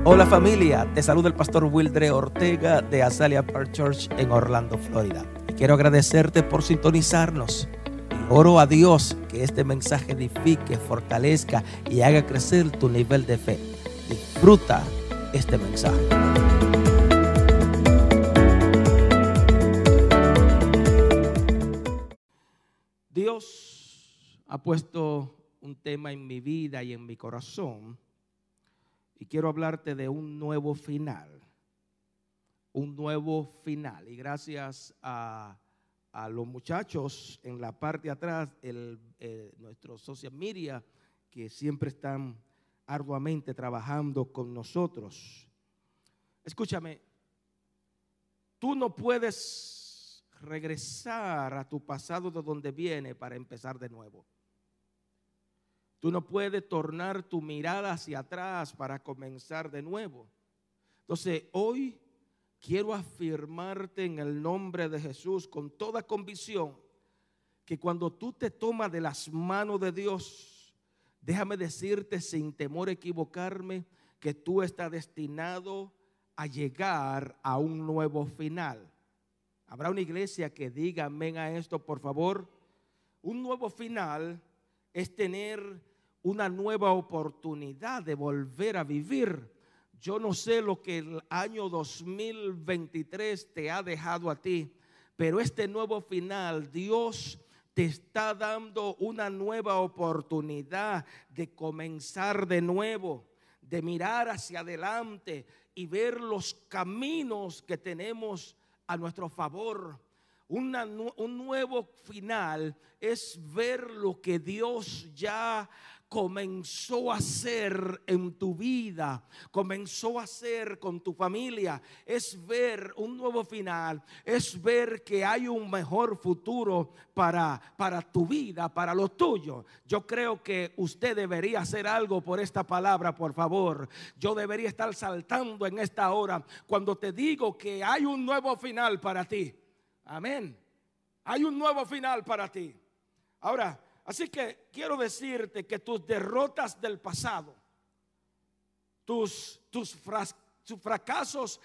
Hola familia, te saluda el pastor Wildre Ortega de Azalea Park Church en Orlando, Florida. Y quiero agradecerte por sintonizarnos. Y oro a Dios que este mensaje edifique, fortalezca y haga crecer tu nivel de fe. Disfruta este mensaje. Dios ha puesto un tema en mi vida y en mi corazón. Y quiero hablarte de un nuevo final. Un nuevo final. Y gracias a los muchachos en la parte de atrás, nuestros social media, que siempre están arduamente trabajando con nosotros. Escúchame, tú no puedes regresar a tu pasado de donde viene para empezar de nuevo. Tú no puedes tornar tu mirada hacia atrás para comenzar de nuevo. Entonces, hoy quiero afirmarte en el nombre de Jesús con toda convicción que cuando tú te tomas de las manos de Dios, déjame decirte sin temor a equivocarme que tú estás destinado a llegar a un nuevo final. ¿Habrá una iglesia que diga amén a esto, por favor? Un nuevo final es tener una nueva oportunidad de volver a vivir. Yo no sé lo que el año 2023 te ha dejado a ti, pero este nuevo final, Dios te está dando una nueva oportunidad de comenzar de nuevo, de mirar hacia adelante y ver los caminos que tenemos a nuestro favor. Un nuevo final es ver lo que Dios ya comenzó a hacer en tu vida, comenzó a hacer con tu familia. Es ver un nuevo final, es ver que hay un mejor futuro para tu vida, para lo tuyo. Yo creo que usted debería hacer algo por esta palabra, por favor. Yo debería estar saltando en esta hora cuando te digo que hay un nuevo final para ti. Amén. Hay un nuevo final para ti. Ahora, así que quiero decirte que tus derrotas del pasado, tus fracasos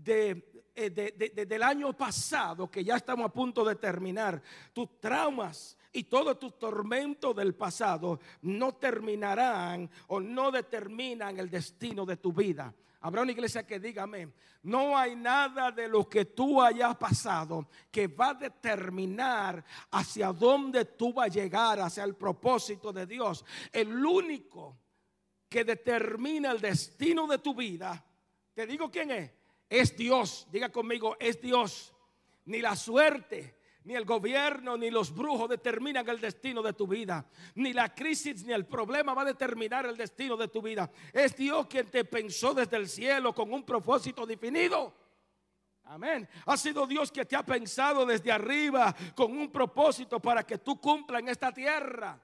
del año pasado, que ya estamos a punto de terminar, tus traumas y todo tu tormento del pasado no terminarán o no determinan el destino de tu vida. Habrá una iglesia que diga amén. No hay nada de lo que tú hayas pasado que va a determinar hacia dónde tú vas a llegar, hacia el propósito de Dios. El único que determina el destino de tu vida, te digo quién es Dios. Diga conmigo, es Dios. Ni la suerte, ni el gobierno, ni los brujos determinan el destino de tu vida. Ni la crisis, ni el problema va a determinar el destino de tu vida. Es Dios quien te pensó desde el cielo con un propósito definido. Amén. Ha sido Dios que te ha pensado desde arriba con un propósito para que tú cumplas en esta tierra.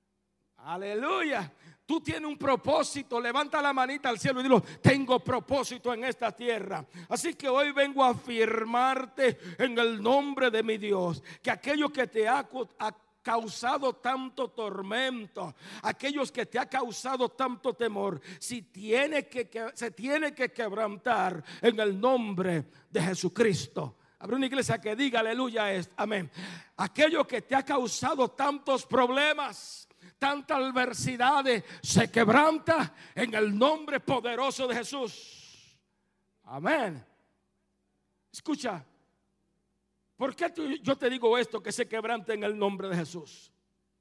Aleluya. Tú tienes un propósito. Levanta la manita al cielo y dilo: tengo propósito en esta tierra. Así que hoy vengo a afirmarte en el nombre de mi Dios que aquello que te ha causado tanto tormento, aquellos que te ha causado tanto temor, se tiene que quebrantar en el nombre de Jesucristo. Habrá una iglesia que diga aleluya, amén. Aquello que te ha causado tantos problemas, tantas adversidades, se quebranta en el nombre poderoso de Jesús. Amén. Escucha, ¿por qué yo te digo esto, que se quebranta en el nombre de Jesús?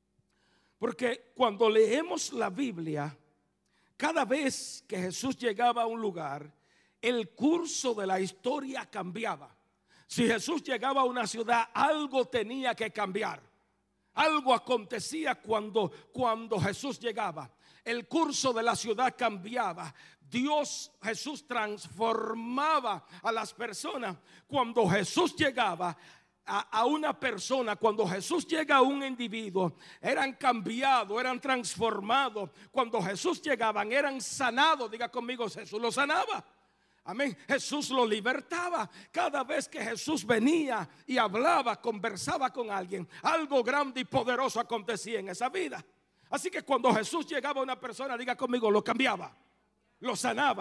Porque cuando leemos la Biblia, cada vez que Jesús llegaba a un lugar, el curso de la historia cambiaba. Si Jesús llegaba a una ciudad, algo tenía que cambiar. Algo acontecía cuando Jesús llegaba. El curso de la ciudad cambiaba. Jesús transformaba a las personas. Cuando Jesús llegaba a una persona, cuando Jesús llega a un individuo, eran cambiados, eran transformados. Cuando Jesús llegaban, eran sanados. Diga conmigo, Jesús los sanaba. Amén. Jesús lo libertaba. Cada vez que Jesús venía y hablaba, conversaba con alguien, algo grande y poderoso acontecía en esa vida. Así que cuando Jesús llegaba a una persona, diga conmigo, lo cambiaba, lo sanaba,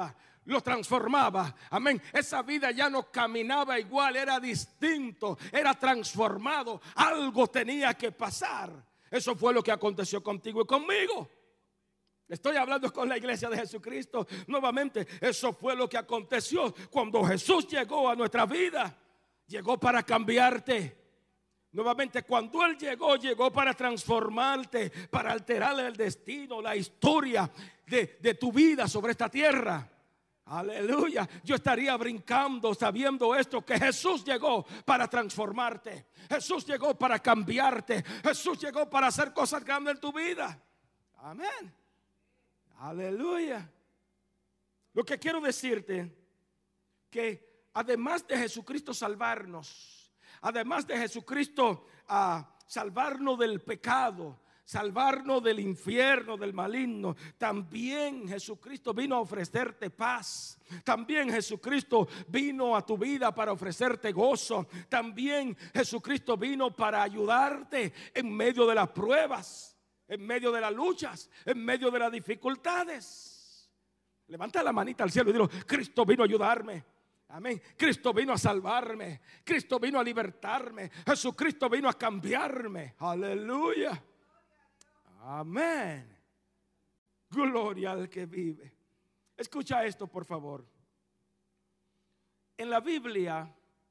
lo transformaba. Amén. Esa vida ya no caminaba igual, era distinto, era transformado. Algo tenía que pasar. Eso fue lo que aconteció contigo y conmigo. Estoy hablando con la iglesia de Jesucristo. Nuevamente, eso fue lo que aconteció cuando Jesús llegó a nuestra vida. Llegó para cambiarte. Nuevamente, cuando Él llegó para transformarte, para alterar el destino, la historia de tu vida sobre esta tierra. Aleluya. Yo estaría brincando sabiendo esto, que Jesús llegó para transformarte. Jesús llegó para cambiarte. Jesús llegó para hacer cosas grandes en tu vida. Amén. Aleluya. Lo que quiero decirte, que además de Jesucristo salvarnos, además de Jesucristo salvarnos del pecado, salvarnos del infierno, del maligno, también Jesucristo vino a ofrecerte paz. También Jesucristo vino a tu vida para ofrecerte gozo. También Jesucristo vino para ayudarte en medio de las pruebas, en medio de las luchas, en medio de las dificultades. Levanta la manita al cielo y dilo: Cristo vino a ayudarme. Amén. Cristo vino a salvarme. Cristo vino a libertarme. Jesucristo vino a cambiarme. Aleluya. Amén. Gloria al que vive. Escucha esto, por favor. En la Biblia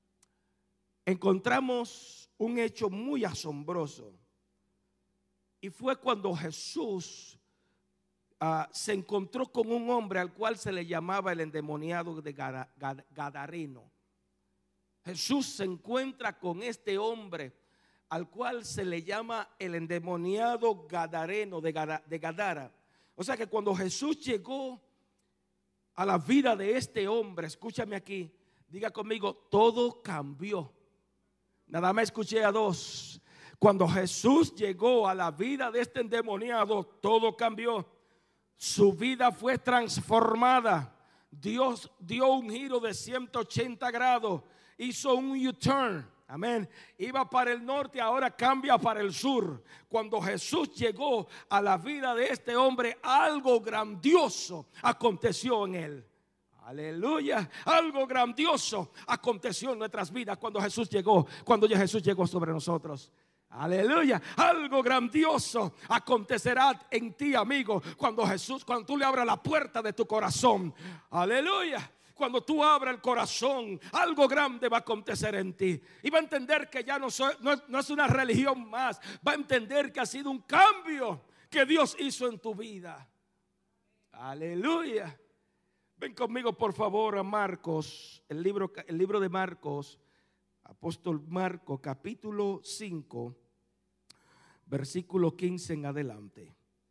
encontramos un hecho muy asombroso. Y fue cuando Jesús se encontró con un hombre al cual se le llamaba el endemoniado de Gadareno. Jesús se encuentra con este hombre al cual se le llama el endemoniado Gadareno de Gadara. O sea que cuando Jesús llegó a la vida de este hombre, escúchame aquí, diga conmigo: todo cambió. Nada más escuché a dos. Cuando Jesús llegó a la vida de este endemoniado, todo cambió. Su vida fue transformada. Dios dio un giro de 180 grados. Hizo un U-turn. Amén. Iba para el norte, ahora cambia para el sur. Cuando Jesús llegó a la vida de este hombre, algo grandioso aconteció en él. Aleluya. Algo grandioso aconteció en nuestras vidas cuando Jesús llegó. Cuando ya Jesús llegó sobre nosotros. Aleluya. Algo grandioso acontecerá en ti, amigo, cuando tú le abras la puerta de tu corazón. Aleluya. Cuando tú abras el corazón, algo grande va a acontecer en ti. Y va a entender que ya no es una religión más. Va a entender que ha sido un cambio que Dios hizo en tu vida. Aleluya. Ven conmigo, por favor, a Marcos, el libro de Marcos, apóstol Marcos, capítulo 5, versículo 15 en adelante.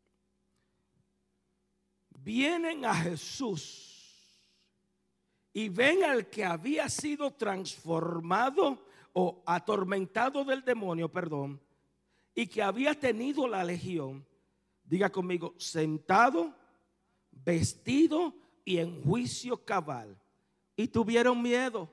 Vienen a Jesús y ven al que había sido transformado o atormentado del demonio, y que había tenido la legión. Diga conmigo: sentado, vestido y en juicio cabal. Y tuvieron miedo.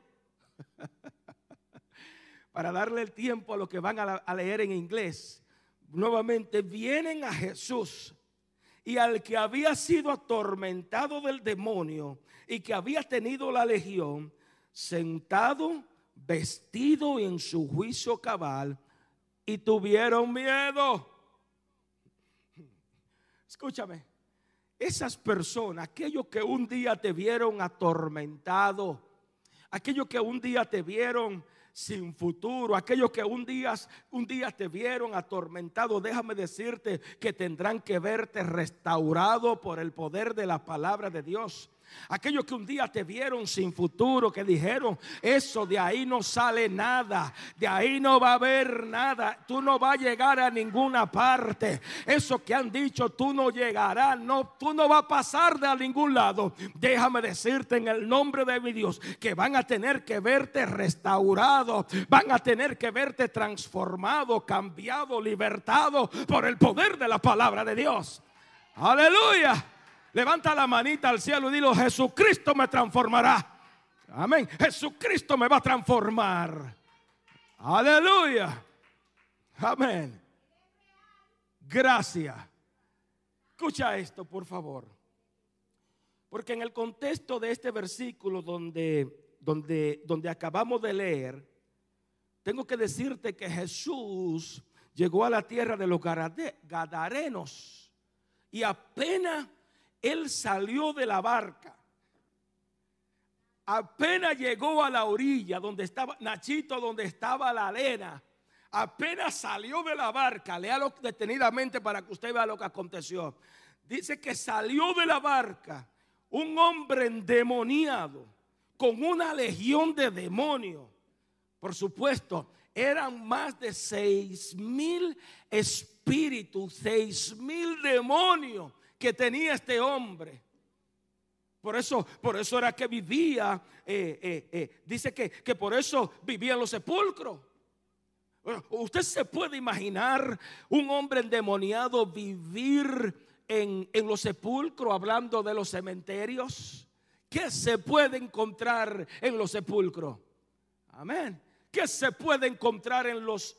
Para darle el tiempo a los que van a leer en inglés. Nuevamente, vienen a Jesús y al que había sido atormentado del demonio y que había tenido la legión, sentado, vestido y en su juicio cabal, y tuvieron miedo. Escúchame, esas personas, aquellos que un día te vieron atormentado, aquellos que un día te vieron sin futuro, aquellos que un día te vieron atormentado, déjame decirte que tendrán que verte restaurado por el poder de la palabra de Dios. Aquellos que un día te vieron sin futuro, que dijeron: eso de ahí no sale nada, de ahí no va a haber nada, tú no vas a llegar a ninguna parte. Eso que han dicho, tú no llegarás, tú no vas a pasar de a ningún lado. Déjame decirte en el nombre de mi Dios que van a tener que verte restaurado, van a tener que verte transformado, cambiado, libertado por el poder de la palabra de Dios. Aleluya. Levanta la manita al cielo y dilo: Jesucristo me transformará. Amén. Jesucristo me va a transformar. Aleluya. Amén. Gracias. Escucha esto, por favor. Porque en el contexto de este versículo donde acabamos de leer, tengo que decirte que Jesús llegó a la tierra de los Gadarenos y apenas él salió de la barca, apenas llegó a la orilla donde estaba Nachito, donde estaba la arena, apenas salió de la barca, léalo detenidamente para que usted vea lo que aconteció. Dice que salió de la barca un hombre endemoniado con una legión de demonios. Por supuesto, eran más de 6,000 espíritus, 6,000 demonios que tenía este hombre. Por eso era que vivía, dice que por eso vivía en los sepulcros. Usted se puede imaginar un hombre endemoniado vivir en los sepulcros, hablando de los cementerios. ¿Qué se puede encontrar en los sepulcros? Amén. ¿Qué se puede encontrar en los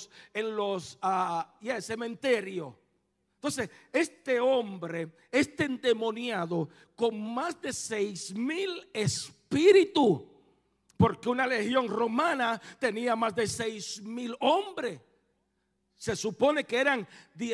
cementerios? Entonces, este hombre, este endemoniado, con más de 6,000 espíritus, porque una legión romana tenía más de 6,000 hombres. Se supone que eran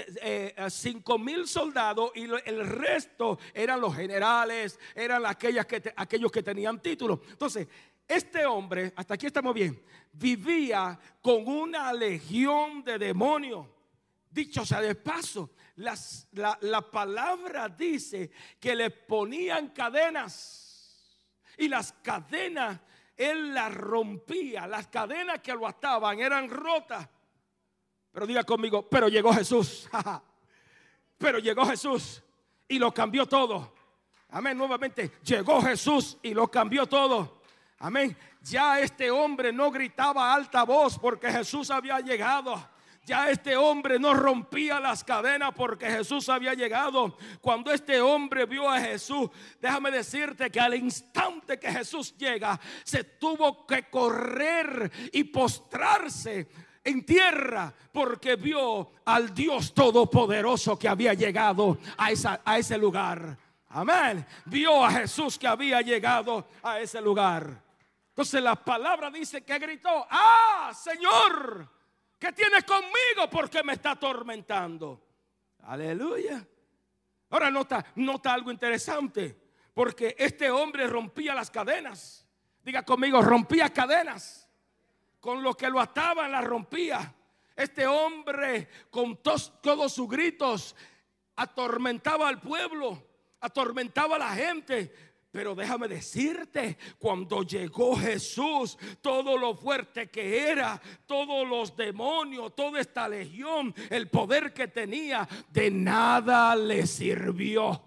5,000 soldados y el resto eran los generales, eran aquellos que tenían títulos. Entonces, este hombre, hasta aquí estamos bien, vivía con una legión de demonios. Dicho sea de paso, la palabra dice que le ponían cadenas y las cadenas él las rompía. Las cadenas que lo ataban eran rotas. Pero diga conmigo, pero llegó Jesús. Pero llegó Jesús y lo cambió todo. Amén, nuevamente, llegó Jesús y lo cambió todo. Amén. Ya este hombre no gritaba a alta voz porque Jesús había llegado. Ya este hombre no rompía las cadenas porque Jesús había llegado. Cuando este hombre vio a Jesús, déjame decirte que al instante que Jesús llega, se tuvo que correr y postrarse en tierra porque vio al Dios Todopoderoso que había llegado a ese lugar. Amén. Vio a Jesús que había llegado a ese lugar. Entonces la palabra dice que gritó: ¡ah, Señor! ¿Qué tienes conmigo? Porque me está atormentando. Aleluya. Ahora nota algo interesante. Porque este hombre rompía las cadenas. Diga conmigo, rompía cadenas. Con lo que lo ataban las rompía. Este hombre con todos sus gritos atormentaba al pueblo, atormentaba a la gente. Pero déjame decirte, cuando llegó Jesús, todo lo fuerte que era, todos los demonios, toda esta legión, el poder que tenía, de nada le sirvió.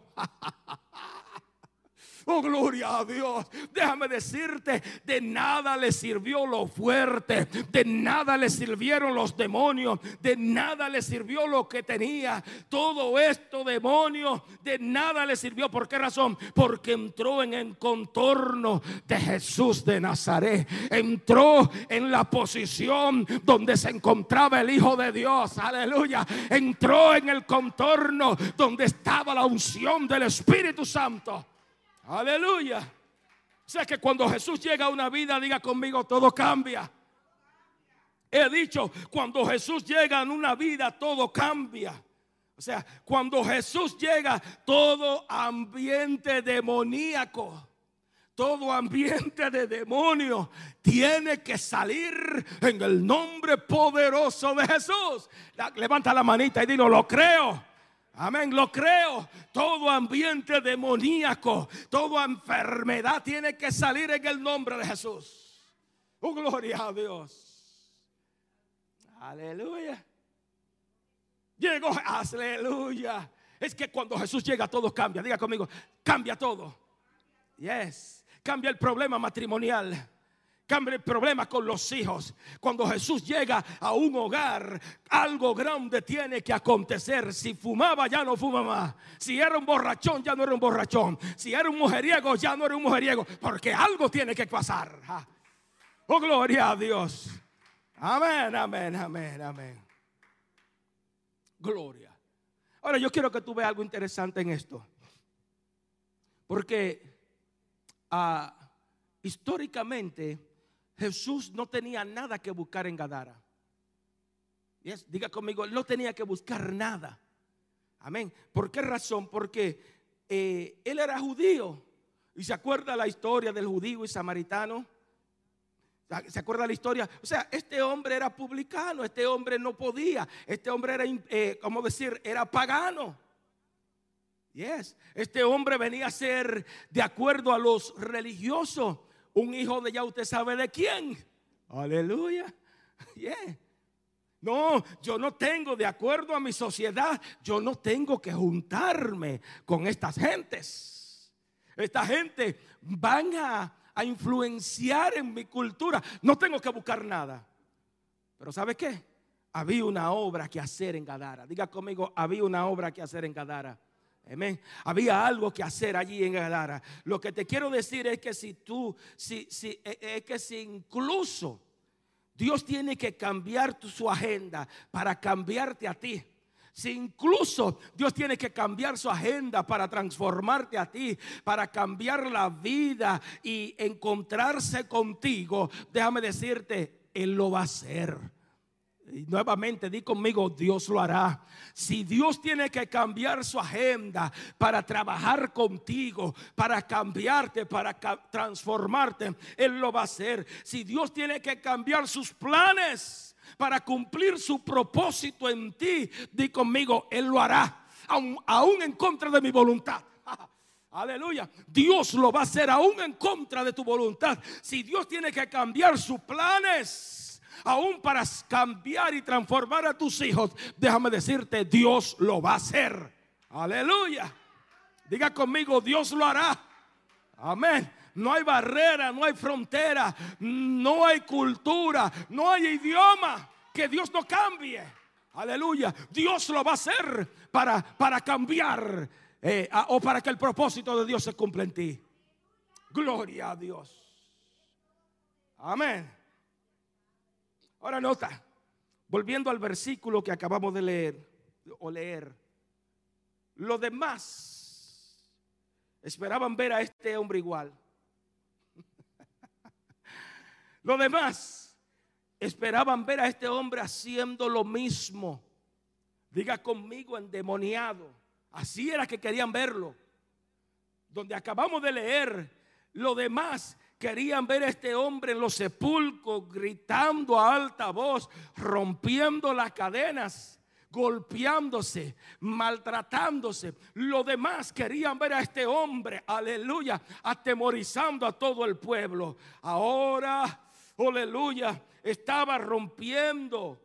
Oh, gloria a Dios. Déjame decirte, de nada le sirvió lo fuerte, de nada le sirvieron los demonios, de nada le sirvió lo que tenía. Todo esto, demonios, de nada le sirvió. ¿Por qué razón? Porque entró en el contorno de Jesús de Nazaret. Entró en la posición donde se encontraba el Hijo de Dios. Aleluya. Entró en el contorno donde estaba la unción del Espíritu Santo. Aleluya. O sea que cuando Jesús llega a una vida, diga conmigo, todo cambia. He dicho, cuando Jesús llega en una vida, todo cambia. O sea, cuando Jesús llega, todo ambiente demoníaco, todo ambiente de demonio tiene que salir en el nombre poderoso de Jesús. Levanta la manita y dilo, lo creo. Amén, lo creo. Todo ambiente demoníaco, toda enfermedad tiene que salir en el nombre de Jesús. Oh, gloria a Dios. Aleluya. Llegó, aleluya. Es que cuando Jesús llega todo cambia. Diga conmigo, cambia todo. Yes. Cambia el problema matrimonial. Cambia el problema con los hijos. Cuando Jesús llega a un hogar, algo grande tiene que acontecer. Si fumaba, ya no fuma más. Si era un borrachón, ya no era un borrachón. Si era un mujeriego, ya no era un mujeriego. Porque algo tiene que pasar. Oh, gloria a Dios. Amén, amén, amén, amén. Gloria. Ahora yo quiero que tú veas algo interesante en esto. Porque históricamente Jesús no tenía nada que buscar en Gadara. Yes, diga conmigo, no tenía que buscar nada. Amén. ¿Por qué razón? Porque él era judío. ¿Y se acuerda la historia del judío y samaritano? ¿Se acuerda la historia? O sea, este hombre era publicano, este hombre no podía, este hombre era, ¿cómo decir? Era pagano. Yes. Este hombre venía a ser, de acuerdo a los religiosos, un hijo de ya usted sabe de quién. Aleluya. Yeah. No, yo no tengo, de acuerdo a mi sociedad, yo no tengo que juntarme con estas gentes. Esta gente van a influenciar en mi cultura. No tengo que buscar nada. Pero ¿sabe qué? Había una obra que hacer en Gadara. Diga conmigo, había una obra que hacer en Gadara. Amén. Había algo que hacer allí en Gadara. Lo que te quiero decir es que si incluso Dios tiene que cambiar su agenda para cambiarte a ti. Si incluso Dios tiene que cambiar su agenda para transformarte a ti, para cambiar la vida y encontrarse contigo, déjame decirte, Él lo va a hacer. Y nuevamente di conmigo, Dios lo hará. Si Dios tiene que cambiar su agenda para trabajar contigo, para cambiarte, para transformarte, Él lo va a hacer. Si Dios tiene que cambiar sus planes para cumplir su propósito en ti, di conmigo, Él lo hará, aún en contra de mi voluntad. Aleluya. Dios lo va a hacer aún en contra de tu voluntad. Si Dios tiene que cambiar sus planes aún para cambiar y transformar a tus hijos, déjame decirte, Dios lo va a hacer. Aleluya. Diga conmigo, Dios lo hará. Amén. No hay barrera, no hay frontera, no hay cultura, no hay idioma que Dios no cambie. Aleluya. Dios lo va a hacer para cambiar o para que el propósito de Dios se cumpla en ti. Gloria a Dios. Amén. Ahora nota, volviendo al versículo que acabamos de leer, los demás esperaban ver a este hombre igual. Los demás esperaban ver a este hombre haciendo lo mismo. Diga conmigo, endemoniado. Así era que querían verlo. Donde acabamos de leer, los demás querían ver a este hombre en los sepulcros, gritando a alta voz, rompiendo las cadenas, golpeándose, maltratándose. Los demás querían ver a este hombre, aleluya, atemorizando a todo el pueblo. Ahora, aleluya, estaba rompiendo.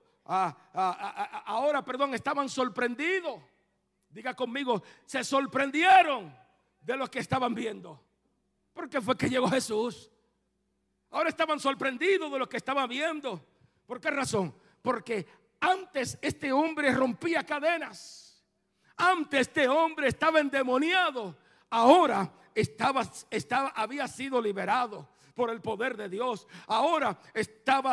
Estaban sorprendidos. Diga conmigo, se sorprendieron de lo que estaban viendo. ¿Por qué fue que llegó Jesús? Ahora estaban sorprendidos de lo que estaban viendo. ¿Por qué razón? Porque antes este hombre rompía cadenas. Antes este hombre estaba endemoniado. Ahora había sido liberado por el poder de Dios. Ahora estaba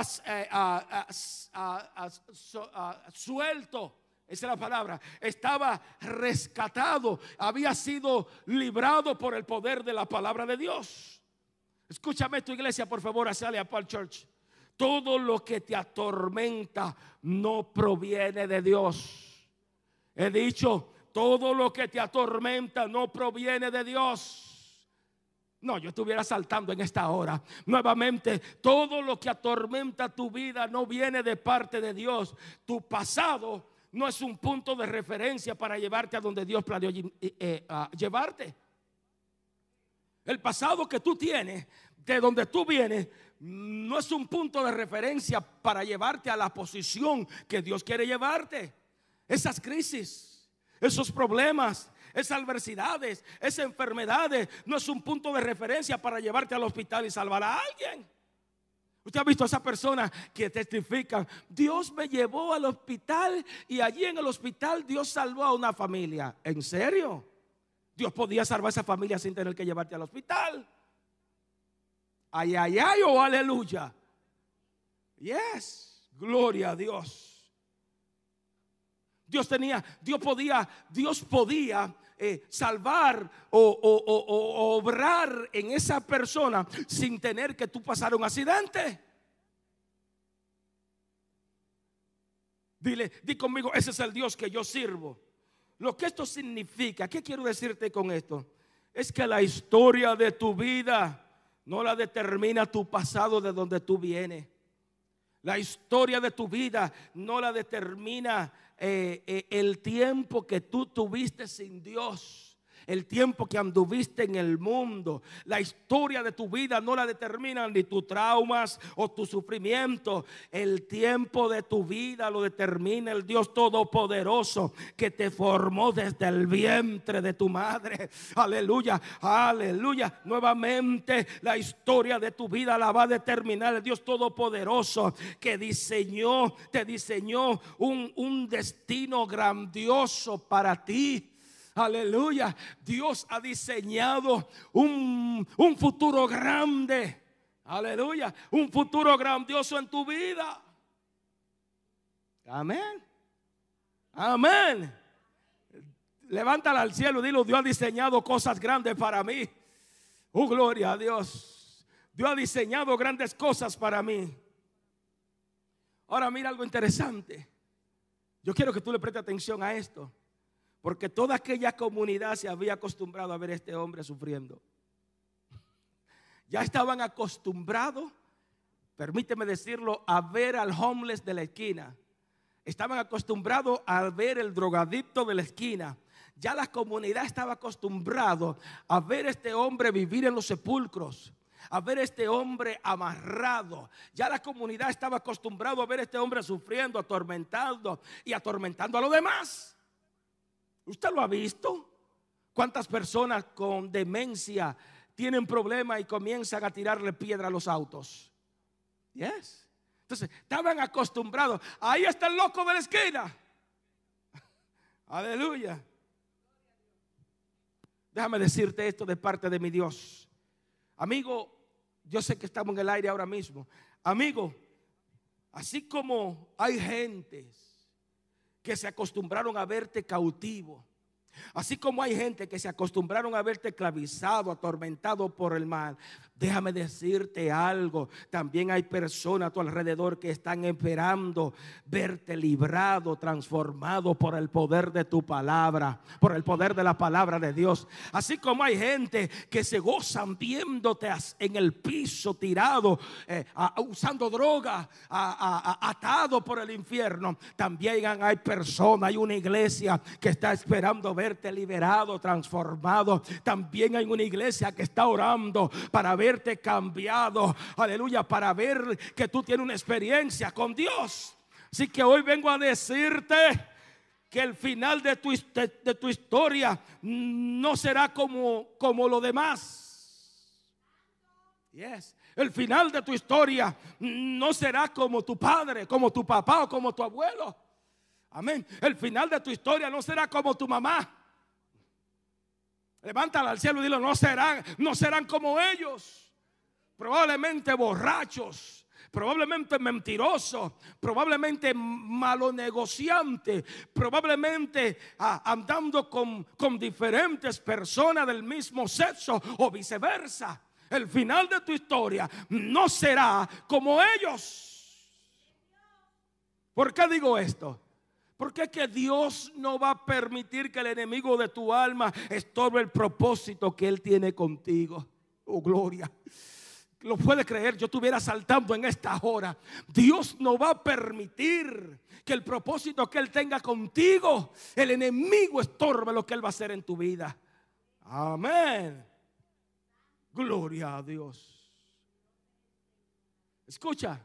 suelto. Esa es la palabra. Estaba rescatado. Había sido librado por el poder de la palabra de Dios. Escúchame, tu iglesia, por favor, sale a Paul Church. Todo lo que te atormenta no proviene de Dios. He dicho, todo lo que te atormenta no proviene de Dios. No, yo estuviera saltando en esta hora. Nuevamente, todo lo que atormenta tu vida no viene de parte de Dios. Tu pasado no es un punto de referencia para llevarte a donde Dios planeó llevarte. El pasado que tú tienes, de donde tú vienes, no es un punto de referencia para llevarte a la posición que Dios quiere llevarte. Esas crisis, esos problemas, esas adversidades, esas enfermedades, no es un punto de referencia para llevarte al hospital y salvar a alguien. Usted ha visto a esa persona que testifican, Dios me llevó al hospital y allí en el hospital Dios salvó a una familia. ¿En serio? Dios podía salvar a esa familia sin tener que llevarte al hospital. Ay, ay, ay, oh, aleluya. Yes, gloria a Dios. Dios podía salvar o obrar en esa persona sin tener que tú pasar un accidente. Di conmigo, ese es el Dios que yo sirvo. Lo que esto significa, ¿qué quiero decirte con esto? Es que la historia de tu vida no la determina tu pasado de donde tú vienes. La historia de tu vida no la determina el tiempo que tú tuviste sin Dios. El tiempo que anduviste en el mundo. La historia de tu vida no la determinan ni tus traumas o tu sufrimiento. El tiempo de tu vida lo determina el Dios Todopoderoso que te formó desde el vientre de tu madre. Aleluya, aleluya. Nuevamente la historia de tu vida la va a determinar el Dios Todopoderoso que te diseñó un destino grandioso para ti. Aleluya, Dios ha diseñado un futuro grande. Aleluya, un futuro grandioso en tu vida. Amén. Amén. Levántala al cielo y dilo, Dios ha diseñado cosas grandes para mí. Oh, gloria a Dios. Dios ha diseñado grandes cosas para mí. Ahora mira algo interesante. Yo quiero que tú le prestes atención a esto. Porque toda aquella comunidad se había acostumbrado a ver a este hombre sufriendo. Ya estaban acostumbrados, permíteme decirlo, a ver al homeless de la esquina. Estaban acostumbrados a ver el drogadicto de la esquina. Ya la comunidad estaba acostumbrado a ver a este hombre vivir en los sepulcros, a ver a este hombre amarrado. Ya la comunidad estaba acostumbrado a ver a este hombre sufriendo, atormentando y atormentando a los demás. ¿Usted lo ha visto? ¿Cuántas personas con demencia tienen problemas y comienzan a tirarle piedra a los autos? Yes. Entonces, estaban acostumbrados. Ahí está el loco de la esquina. Aleluya. Déjame decirte esto de parte de mi Dios. Amigo, yo sé que estamos en el aire ahora mismo. Amigo, así como hay gentes que se acostumbraron a verte cautivo, así como hay gente que se acostumbraron a verte esclavizado, atormentado por el mal, déjame decirte algo. También hay personas a tu alrededor que están esperando verte librado, transformado por el poder de tu palabra, por el poder de la palabra de Dios. Así como hay gente que se gozan viéndote en el piso tirado, usando droga, atado por el infierno. También hay personas, hay una iglesia que está esperando verte liberado, transformado. También hay una iglesia que está orando para verte cambiado, aleluya, para ver que tú tienes una experiencia con Dios. Así que hoy vengo a decirte que el final de tu historia no será como lo demás. Yes. El final de tu historia no será como tu padre, como tu papá o como tu abuelo. Amén. El final de tu historia no será como tu mamá. Levántala al cielo y dilo, no serán como ellos. Probablemente borrachos, probablemente mentirosos, probablemente malo negociante, probablemente andando con diferentes personas del mismo sexo o viceversa. El final de tu historia no será como ellos. ¿Por qué digo esto? Porque es que Dios no va a permitir que el enemigo de tu alma estorbe el propósito que Él tiene contigo. Oh, gloria. Lo puede creer, yo estuviera saltando en esta hora. Dios no va a permitir que el propósito que Él tenga contigo, el enemigo estorbe lo que Él va a hacer en tu vida. Amén. Gloria a Dios. Escucha.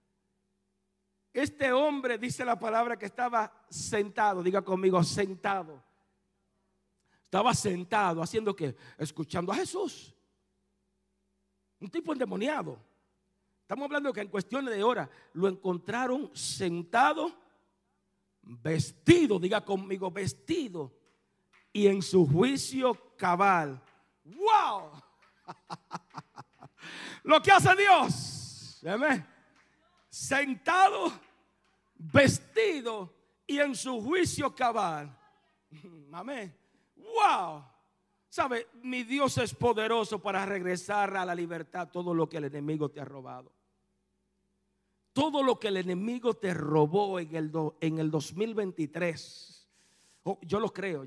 Este hombre, dice la palabra, que estaba sentado. Diga conmigo, sentado. Estaba sentado, ¿haciendo qué? Escuchando a Jesús. Un tipo endemoniado. Estamos hablando que en cuestiones de horas lo encontraron sentado, vestido, diga conmigo, vestido, y en su juicio cabal. ¡Wow! Lo que hace Dios. Amén. Sentado, vestido y en su juicio cabal. Amén. wow. ¿Sabe? Mi Dios es poderoso para regresar a la libertad todo lo que el enemigo te ha robado. Todo lo que el enemigo te robó en el 2023. Yo lo creo.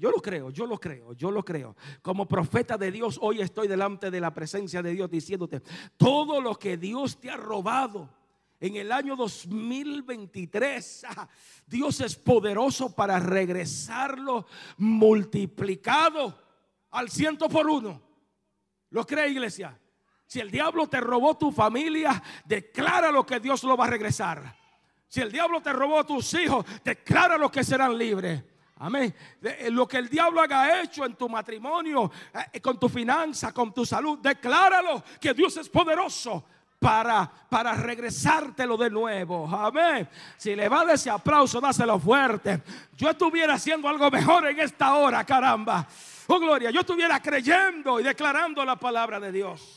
Como profeta de Dios, hoy estoy delante de la presencia de Dios diciéndote, todo lo que Dios te ha robado en el año 2023, Dios es poderoso para regresarlo multiplicado al 100 por 1. ¿Lo cree, iglesia? Si el diablo te robó tu familia, declara lo que Dios lo va a regresar. Si el diablo te robó a tus hijos, declara lo que serán libres. Amén. Lo que el diablo haya hecho en tu matrimonio, con tu finanza, con tu salud, decláralo que Dios es poderoso para regresártelo de nuevo. Amén. Si le va a dar ese aplauso, dáselo fuerte. Yo estuviera haciendo algo mejor en esta hora, caramba. Oh, gloria. Yo estuviera creyendo y declarando la palabra de Dios.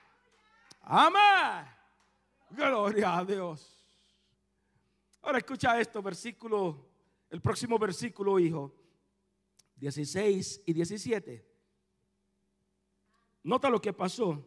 Amén. Gloria a Dios. Ahora escucha esto, versículo. El próximo versículo, hijo, 16 y 17. Nota lo que pasó.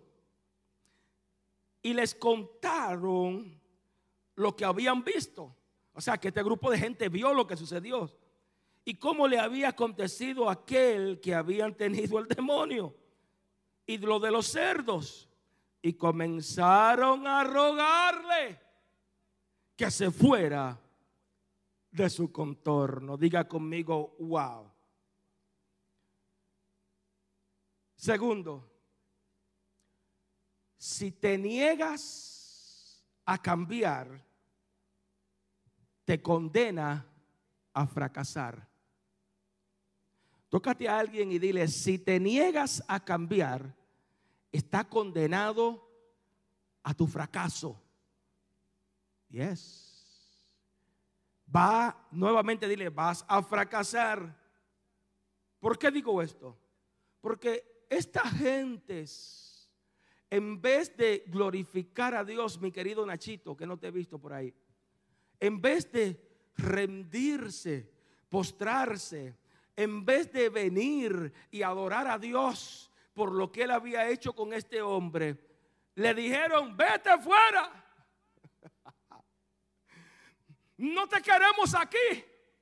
Y les contaron lo que habían visto. O sea, que este grupo de gente vio lo que sucedió. Y cómo le había acontecido a aquel que habían tenido el demonio. Y lo de los cerdos. Y comenzaron a rogarle que se fuera de su contorno. Diga conmigo, wow. Segundo, si te niegas a cambiar, te condena a fracasar. Tócate a alguien y dile, si te niegas a cambiar, está condenado a tu fracaso. Yes. Nuevamente dile, vas a fracasar. ¿Por qué digo esto? Porque estas gentes, en vez de glorificar a Dios, mi querido Nachito, que no te he visto por ahí, en vez de rendirse, postrarse, en vez de venir y adorar a Dios por lo que él había hecho con este hombre, le dijeron, vete fuera. No te queremos aquí.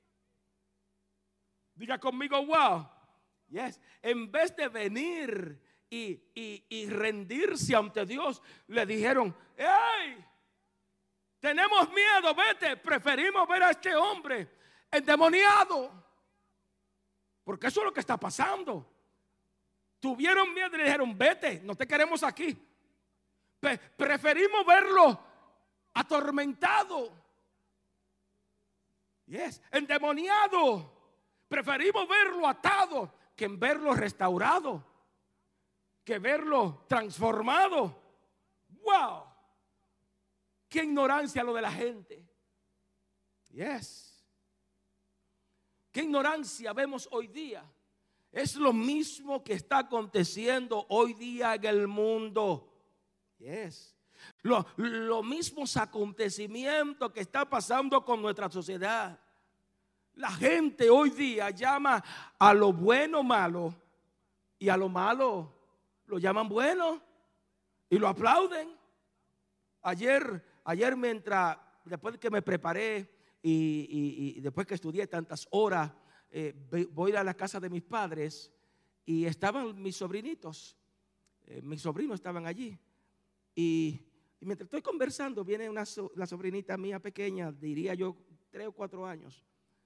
Diga conmigo, wow. Yes. En vez de venir y rendirse ante Dios, le dijeron, hey, tenemos miedo, vete. Preferimos ver a este hombre endemoniado. Porque eso es lo que está pasando. Tuvieron miedo y le dijeron, vete, no te queremos aquí. Preferimos verlo atormentado. Yes, endemoniado. Preferimos verlo atado que en verlo restaurado, que verlo transformado. Wow. Qué ignorancia lo de la gente. Yes. Qué ignorancia vemos hoy día. Es lo mismo que está aconteciendo hoy día en el mundo. Yes. Los mismos acontecimientos que está pasando con nuestra sociedad. La gente hoy día llama a lo bueno malo y a lo malo lo llaman bueno y lo aplauden. Ayer mientras, después de que me preparé y después que estudié tantas horas, voy a la casa de mis padres y estaban mis sobrinitos. Mis sobrinos estaban allí y mientras estoy conversando viene la sobrinita mía pequeña, diría yo 3 o 4 años.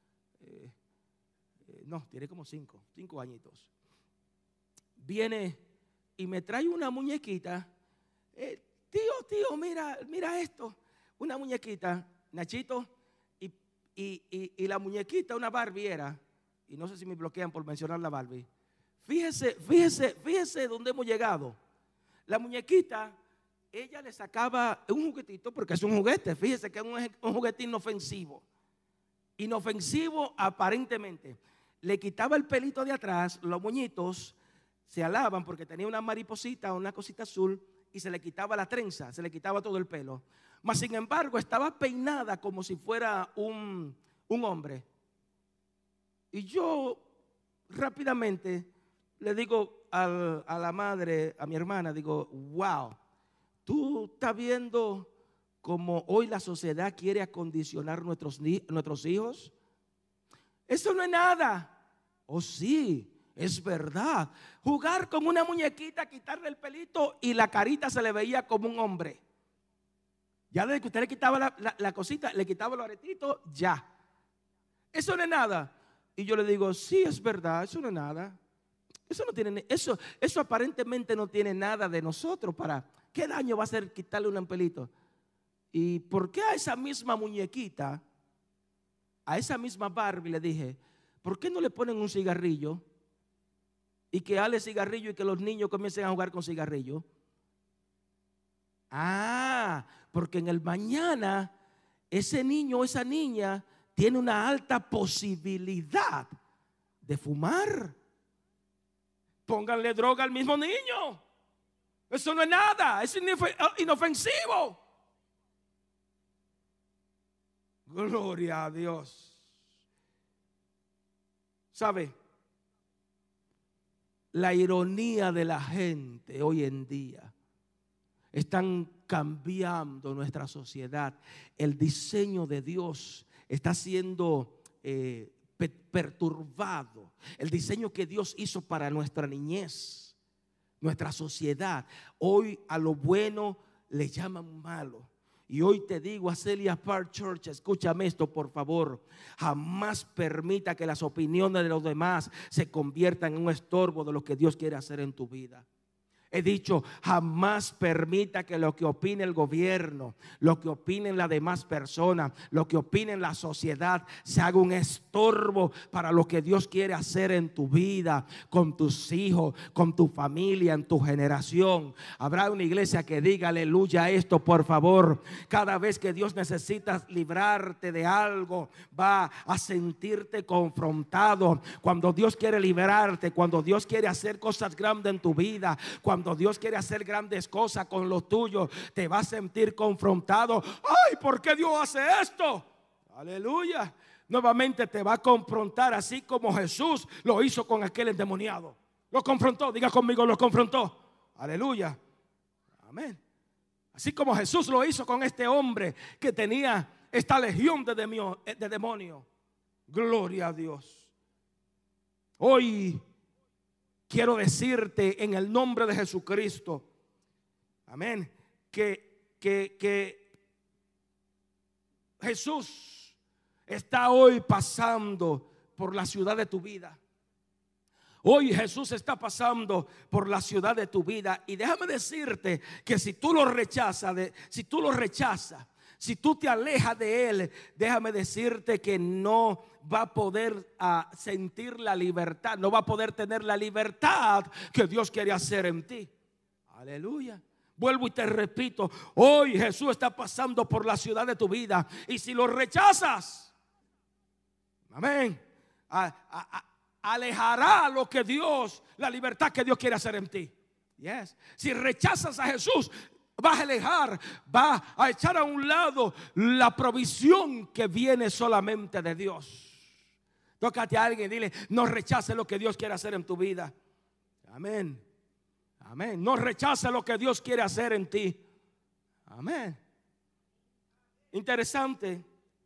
No, tiene como 5 añitos. Viene y me trae una muñequita. Tío, mira esto. Una muñequita, Nachito, y la muñequita, una Barbie era. Y no sé si me bloquean por mencionar la Barbie. Fíjese dónde hemos llegado. La muñequita, ella le sacaba un juguetito, porque es un juguete. Fíjese que es un juguete inofensivo. Inofensivo aparentemente. Le quitaba el pelito de atrás, los moñitos se alaban porque tenía una mariposita, una cosita azul, y se le quitaba la trenza, se le quitaba todo el pelo. Mas sin embargo estaba peinada como si fuera un hombre. Y yo rápidamente le digo a la madre, a mi hermana, digo, wow, tú estás viendo cómo hoy la sociedad quiere acondicionar nuestros hijos. Eso no es nada. Oh, sí, es verdad. Jugar con una muñequita, quitarle el pelito y la carita se le veía como un hombre. Ya desde que usted le quitaba la cosita, le quitaba los aretitos, ya. Eso no es nada. Y yo le digo, sí, es verdad, eso no es nada. Eso no tiene, eso aparentemente no tiene nada de nosotros. ¿Qué daño va a hacer quitarle un pelito? ¿Y por qué a esa misma muñequita, a esa misma Barbie, le dije, ¿por qué no le ponen un cigarrillo? Y que hale cigarrillo y que los niños comiencen a jugar con cigarrillo. Ah, porque en el mañana ese niño o esa niña tiene una alta posibilidad de fumar. Pónganle droga al mismo niño. Eso no es nada, es inofensivo. Gloria a Dios. ¿Sabe? La ironía de la gente hoy en día están cambiando nuestra sociedad. El diseño de Dios está siendo perturbado. El diseño que Dios hizo para nuestra niñez, nuestra sociedad, hoy a lo bueno le llaman malo. Y hoy te digo a Celia Park Church, escúchame esto por favor, jamás permita que las opiniones de los demás se conviertan en un estorbo de lo que Dios quiere hacer en tu vida. He dicho, jamás permita que lo que opine el gobierno, lo que opinen las demás personas, lo que opine la sociedad se haga un estorbo para lo que Dios quiere hacer en tu vida, con tus hijos, con tu familia, en tu generación. Habrá una iglesia que diga aleluya a esto, por favor. Cada vez que Dios necesita librarte de algo, va a sentirte confrontado. Cuando Dios quiere liberarte, cuando Dios quiere hacer cosas grandes en tu vida, cuando Dios quiere hacer grandes cosas con lo tuyo, te vas a sentir confrontado. Ay, ¿por qué Dios hace esto? Aleluya. Nuevamente te va a confrontar, así como Jesús lo hizo con aquel endemoniado. Lo confrontó, diga conmigo, lo confrontó. Aleluya. Amén. Así como Jesús lo hizo con este hombre que tenía esta legión de demonios. Gloria a Dios. Hoy quiero decirte en el nombre de Jesucristo, amén, que Jesús está hoy pasando por la ciudad de tu vida. Hoy Jesús está pasando por la ciudad de tu vida. Y déjame decirte que si tú lo rechazas, si tú te alejas de Él, déjame decirte que no va a poder sentir la libertad, no va a poder tener la libertad que Dios quiere hacer en ti. Aleluya. Vuelvo y te repito, hoy Jesús está pasando por la ciudad de tu vida. Y si lo rechazas, amén, alejará lo que Dios, la libertad que Dios quiere hacer en ti. Yes. Si rechazas a Jesús, vas a alejar, vas a echar a un lado la provisión que viene solamente de Dios. Tócate a alguien y dile, no rechaces lo que Dios quiere hacer en tu vida. Amén. Amén. No rechaces lo que Dios quiere hacer en ti. Amén. Interesante,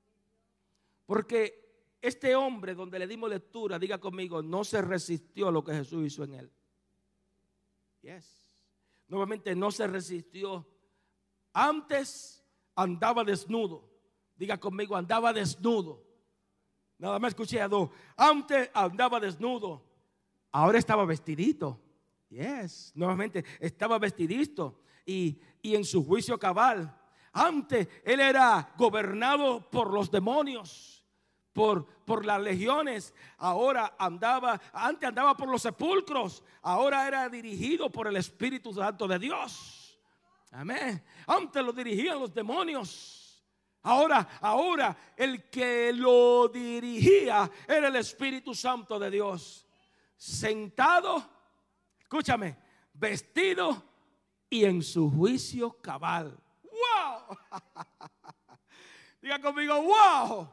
porque este hombre donde le dimos lectura, diga conmigo, no se resistió a lo que Jesús hizo en él. Yes. Nuevamente no se resistió. Antes andaba desnudo. Diga conmigo, andaba desnudo. Nada más escuché a dos. Antes andaba desnudo. Ahora estaba vestidito. Yes. Nuevamente estaba vestidito. Y en su juicio cabal. Antes él era gobernado por los demonios, por las legiones. Antes andaba por los sepulcros. Ahora era dirigido por el Espíritu Santo de Dios. Amén. Antes lo dirigían los demonios. Ahora el que lo dirigía era el Espíritu Santo de Dios. Sentado, escúchame, vestido y en su juicio cabal. ¡Wow! Diga conmigo, ¡wow!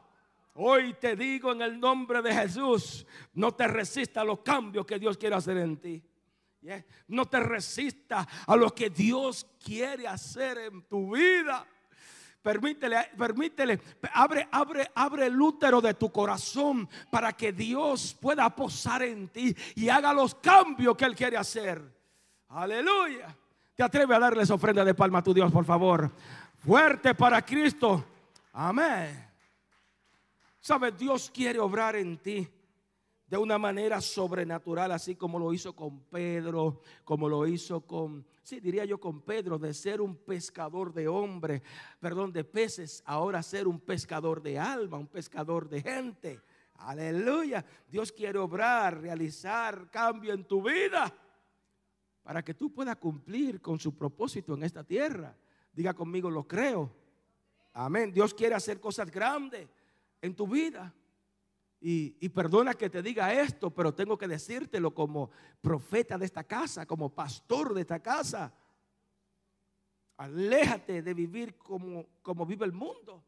Hoy te digo en el nombre de Jesús, no te resistas a los cambios que Dios quiere hacer en ti. No te resistas a lo que Dios quiere hacer en tu vida. Permítele, abre el útero de tu corazón para que Dios pueda posar en ti y haga los cambios que Él quiere hacer. Aleluya. ¿Te atreves a darles ofrenda de palma a tu Dios, por favor? Fuerte para Cristo. Amén. ¿Sabes? Dios quiere obrar en ti de una manera sobrenatural, así como lo hizo con Pedro, como lo hizo con, sí, diría yo con Pedro, de ser un pescador de hombres, perdón, de peces, ahora ser un pescador de alma, un pescador de gente. Aleluya. Dios quiere obrar, realizar cambio en tu vida para que tú puedas cumplir con su propósito en esta tierra. Diga conmigo, lo creo. Amén. Dios quiere hacer cosas grandes en tu vida. Y perdona que te diga esto, pero tengo que decírtelo como profeta de esta casa, como pastor de esta casa. Aléjate de vivir como vive el mundo.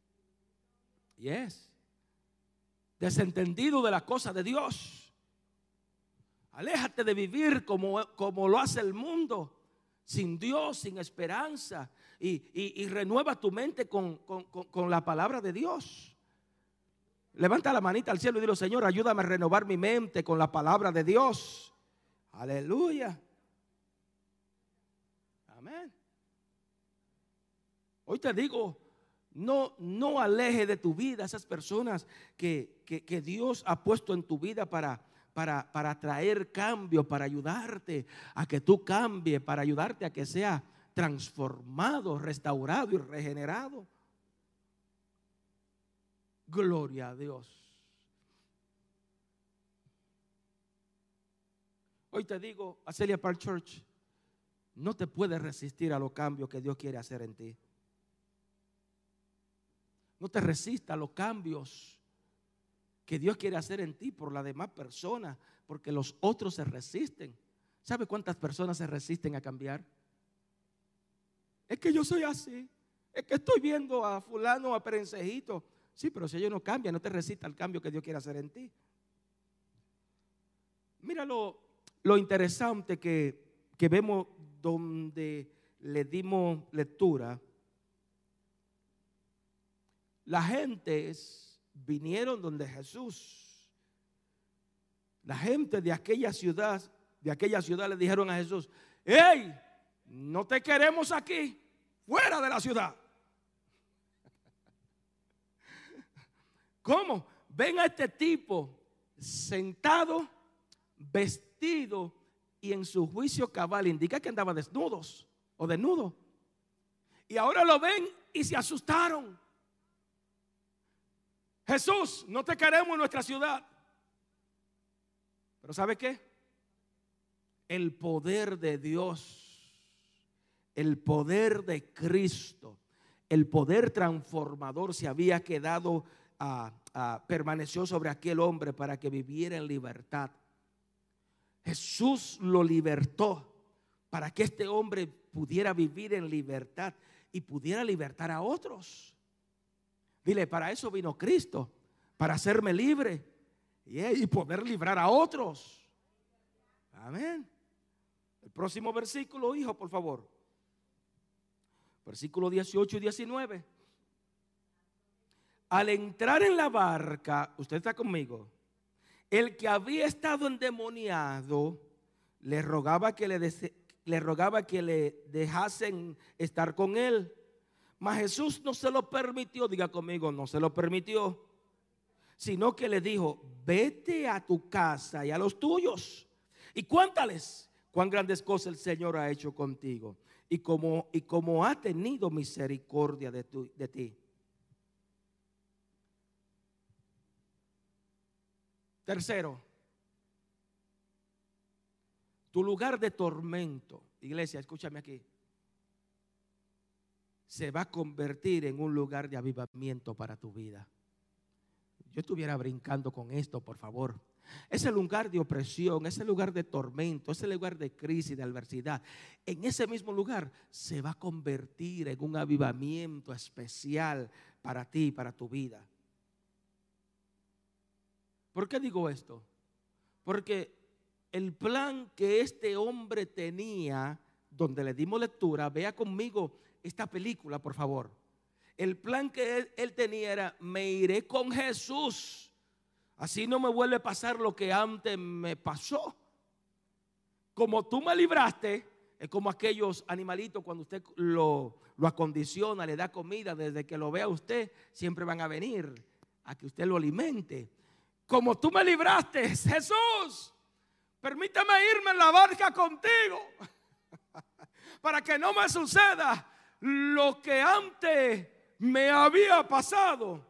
Desentendido de las cosas de Dios. Aléjate de vivir como lo hace el mundo, sin Dios, sin esperanza. Y renueva tu mente con la palabra de Dios. Levanta la manita al cielo y dile: Señor, ayúdame a renovar mi mente con la palabra de Dios. Aleluya. Amén. Hoy te digo, no aleje de tu vida a esas personas que Dios ha puesto en tu vida para traer cambio, para ayudarte a que tú cambies, para ayudarte a que sea transformado, restaurado y regenerado. Gloria a Dios. Hoy te digo, Azalea Park Church, no te puedes resistir a los cambios que Dios quiere hacer en ti. No te resistas a los cambios que Dios quiere hacer en ti por las demás personas, porque los otros se resisten. ¿Sabe cuántas personas se resisten a cambiar? Es que yo soy así. Es que estoy viendo a fulano, a perencejito. Sí, pero si ellos no cambian, no te resista al cambio que Dios quiere hacer en ti. Mira lo interesante que vemos donde le dimos lectura. Las gentes vinieron donde Jesús. La gente de aquella ciudad le dijeron a Jesús: ¡Hey! No te queremos aquí, fuera de la ciudad. ¿Cómo? Ven a este tipo sentado, vestido y en su juicio cabal indica que andaba desnudos o desnudo. Y ahora lo ven y se asustaron. Jesús, no te queremos en nuestra ciudad. Pero ¿sabe qué? El poder de Dios, el poder de Cristo, el poder transformador se había quedado, permaneció sobre aquel hombre para que viviera en libertad. Jesús lo libertó para que este hombre pudiera vivir en libertad y pudiera libertar a otros. Dile: para eso vino Cristo, para hacerme libre y poder librar a otros. Amén. El próximo versículo, hijo, por favor. Versículo 18 y 19. Al entrar en la barca, usted está conmigo, el que había estado endemoniado le rogaba que le dejasen estar con él. Mas Jesús no se lo permitió. Diga conmigo: no se lo permitió. Sino que le dijo: vete a tu casa y a los tuyos y cuéntales cuán grandes cosas el Señor ha hecho contigo y cómo ha tenido misericordia de ti. Tercero, tu lugar de tormento, iglesia, escúchame aquí, se va a convertir en un lugar de avivamiento para tu vida. Yo estuviera brincando con esto, por favor. Ese lugar de opresión, ese lugar de tormento, ese lugar de crisis, de adversidad, en ese mismo lugar se va a convertir en un avivamiento especial para ti, para tu vida. ¿Por qué digo esto? Porque el plan que este hombre tenía, donde le dimos lectura, vea conmigo esta película, por favor. El plan que él tenía era: me iré con Jesús, así no me vuelve a pasar lo que antes me pasó. Como tú me libraste, es como aquellos animalitos cuando usted lo acondiciona, le da comida, desde que lo vea usted, siempre van a venir a que usted lo alimente. Como tú me libraste, Jesús, permítame irme en la barca contigo para que no me suceda lo que antes me había pasado.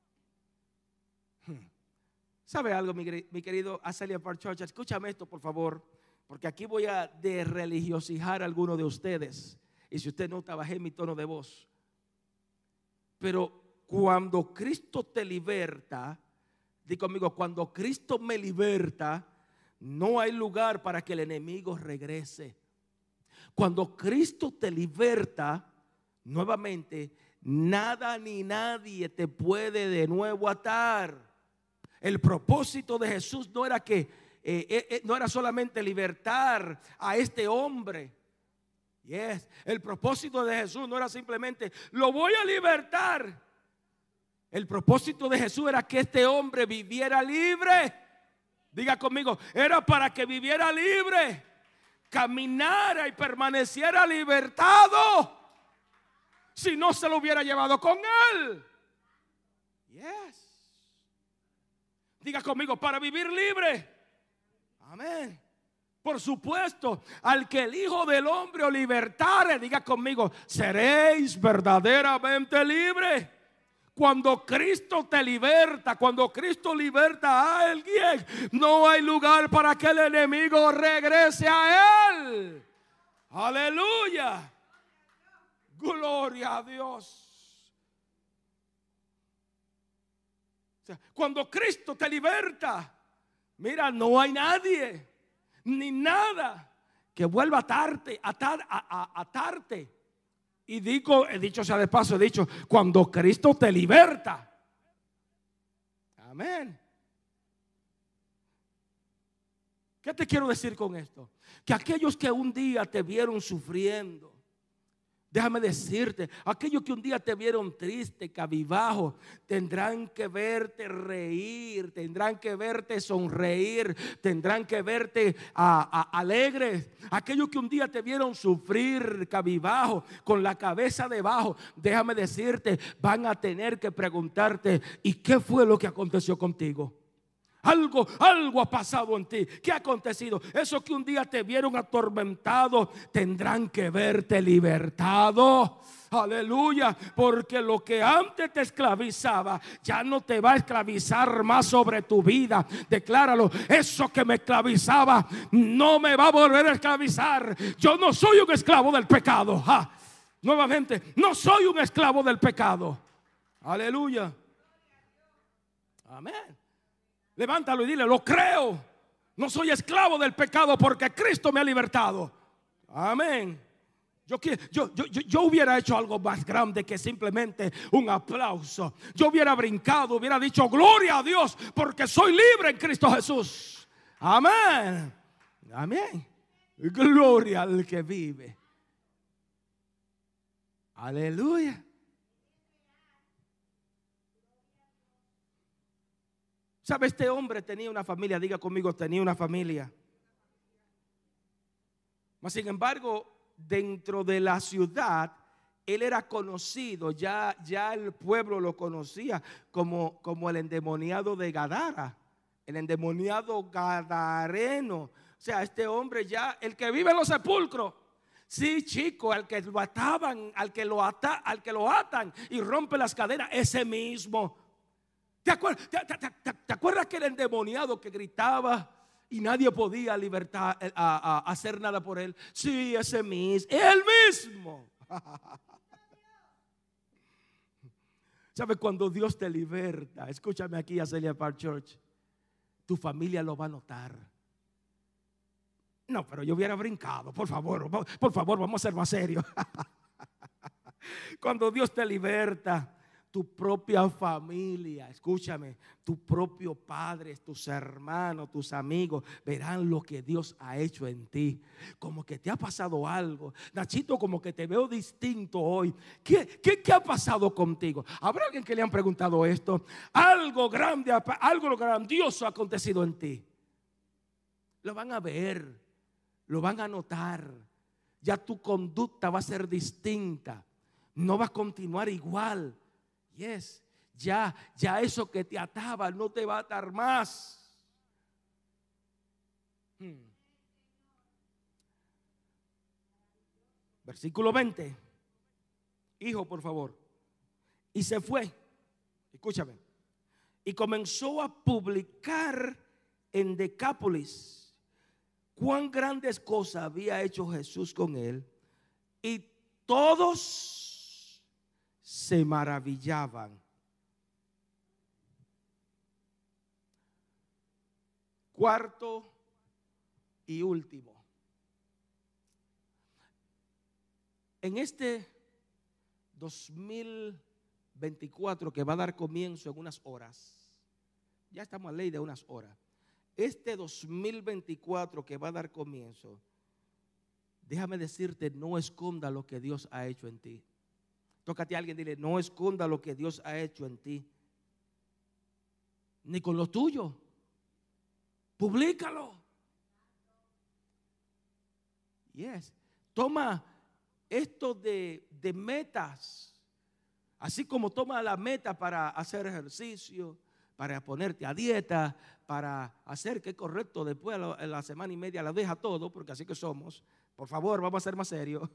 ¿Sabe algo, mi querido Azalea Park Church? Escúchame esto, por favor, porque aquí voy a desreligiosijar a alguno de ustedes. Y si usted nota, bajé mi tono de voz. Pero cuando Cristo te liberta, di conmigo, cuando Cristo me liberta, no hay lugar para que el enemigo regrese. Cuando Cristo te liberta, nuevamente, nada ni nadie te puede de nuevo atar. El propósito de Jesús no era no era solamente libertar a este hombre. El propósito de Jesús no era simplemente: lo voy a libertar. El propósito de Jesús era que este hombre viviera libre. Diga conmigo, era para que viviera libre, caminara y permaneciera libertado. Si no, se lo hubiera llevado con él. Diga conmigo, para vivir libre. Amén. Por supuesto, al que el Hijo del Hombre os libertare, diga conmigo, seréis verdaderamente libres. Cuando Cristo te liberta, cuando Cristo liberta a alguien, no hay lugar para que el enemigo regrese a él. Aleluya. Gloria a Dios. Cuando Cristo te liberta, mira, no hay nadie ni nada que vuelva a atarte. Y dicho sea de paso, he dicho, cuando Cristo te liberta. Amén. ¿Qué te quiero decir con esto? Que aquellos que un día te vieron sufriendo, déjame decirte, aquellos que un día te vieron triste, cabizbajo, tendrán que verte reír, tendrán que verte sonreír, tendrán que verte alegre. Aquellos que un día te vieron sufrir, cabizbajo, con la cabeza debajo, déjame decirte, van a tener que preguntarte: ¿y qué fue lo que aconteció contigo? Algo ha pasado en ti. ¿Qué ha acontecido? Esos que un día te vieron atormentado tendrán que verte libertado. Aleluya. Porque lo que antes te esclavizaba ya no te va a esclavizar más sobre tu vida. Decláralo: eso que me esclavizaba no me va a volver a esclavizar. Yo no soy un esclavo del pecado. Nuevamente, no soy un esclavo del pecado. Aleluya. Amén. Levántalo y dile: lo creo. No soy esclavo del pecado porque Cristo me ha libertado. Amén. Yo hubiera hecho algo más grande que simplemente un aplauso. Yo hubiera brincado, hubiera dicho: gloria a Dios, porque soy libre en Cristo Jesús. Amén. Amén. Gloria al que vive. Aleluya. ¿Sabe? Este hombre tenía una familia. Diga conmigo, tenía una familia. Mas sin embargo, dentro de la ciudad, él era conocido. Ya el pueblo lo conocía como el endemoniado de Gadara. El endemoniado gadareno. O sea, este hombre ya, el que vive en los sepulcros. Sí, chico, al que lo ataban, al que lo atan y rompe las cadenas, ese mismo. ¿Te acuerdas que el endemoniado que gritaba y nadie podía hacer nada por él? Sí, ese mismo, él mismo. ¿Sabe? Cuando Dios te liberta, escúchame aquí, Azalea Park Church, tu familia lo va a notar. No, pero yo hubiera brincado, por favor, vamos a ser más serios. Cuando Dios te liberta, tu propia familia, escúchame, tu propio padre, tus hermanos, tus amigos, verán lo que Dios ha hecho en ti. Como que te ha pasado algo. Nachito, como que te veo distinto hoy. ¿Qué ha pasado contigo? ¿Habrá alguien que le han preguntado esto? Algo grande, algo grandioso ha acontecido en ti. Lo van a ver, lo van a notar. Ya tu conducta va a ser distinta. No va a continuar igual. Yes, ya eso que te ataba no te va a atar más. Versículo 20. Hijo, por favor. Y se fue, escúchame, y comenzó a publicar en Decápolis cuán grandes cosas había hecho Jesús con él, y todos se maravillaban. Cuarto y último. En este 2024 que va a dar comienzo en unas horas, ya estamos a ley de unas horas. Este 2024 que va a dar comienzo, déjame decirte, no esconda lo que Dios ha hecho en ti. Tócate a alguien y dile, no esconda lo que Dios ha hecho en ti, ni con lo tuyo. Publícalo. Yes. Toma esto de metas, así como toma la meta para hacer ejercicio, para ponerte a dieta, para hacer que es correcto. Después en la semana y media la deja todo, porque así que somos. Por favor, vamos a ser más serios.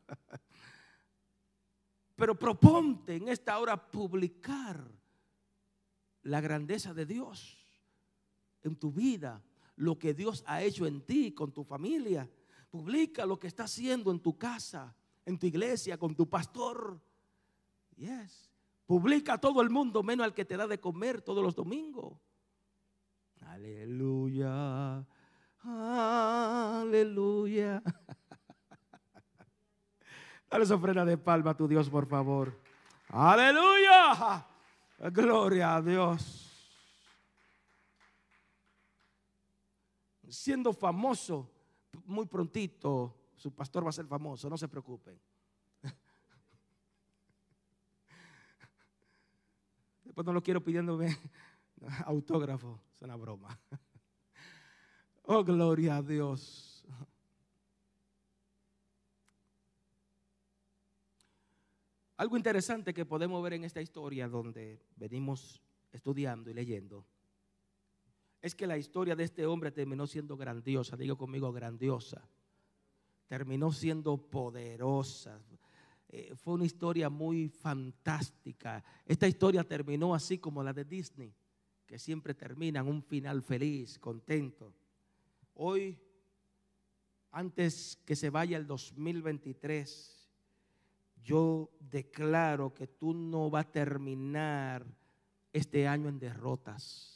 Pero proponte en esta hora publicar la grandeza de Dios en tu vida, lo que Dios ha hecho en ti, con tu familia. Publica lo que está haciendo en tu casa, en tu iglesia, con tu pastor. Yes. Publica a todo el mundo, menos al que te da de comer todos los domingos. Aleluya, aleluya. Dale esa ofrenda de palma a tu Dios, por favor. Aleluya. Gloria a Dios. Siendo famoso, muy prontito su pastor va a ser famoso, no se preocupen. Después no lo quiero pidiéndome autógrafo, es una broma. Oh, gloria a Dios. Algo interesante que podemos ver en esta historia donde venimos estudiando y leyendo es que la historia de este hombre terminó siendo grandiosa. Digo conmigo, grandiosa. Terminó siendo poderosa. Fue una historia muy fantástica. Esta historia terminó así como la de Disney, que siempre terminan un final feliz, contento. Hoy, antes que se vaya el 2023, yo declaro que tú no vas a terminar este año en derrotas.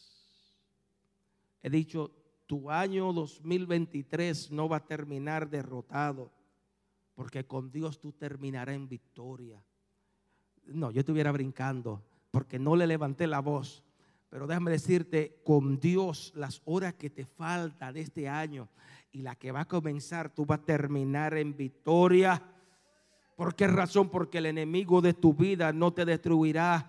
He dicho, tu año 2023 no va a terminar derrotado, porque con Dios tú terminarás en victoria. No, yo estuviera brincando porque no le levanté la voz. Pero déjame decirte, con Dios, las horas que te faltan de este año y la que va a comenzar, tú vas a terminar en victoria. ¿Por qué razón? Porque el enemigo de tu vida no te destruirá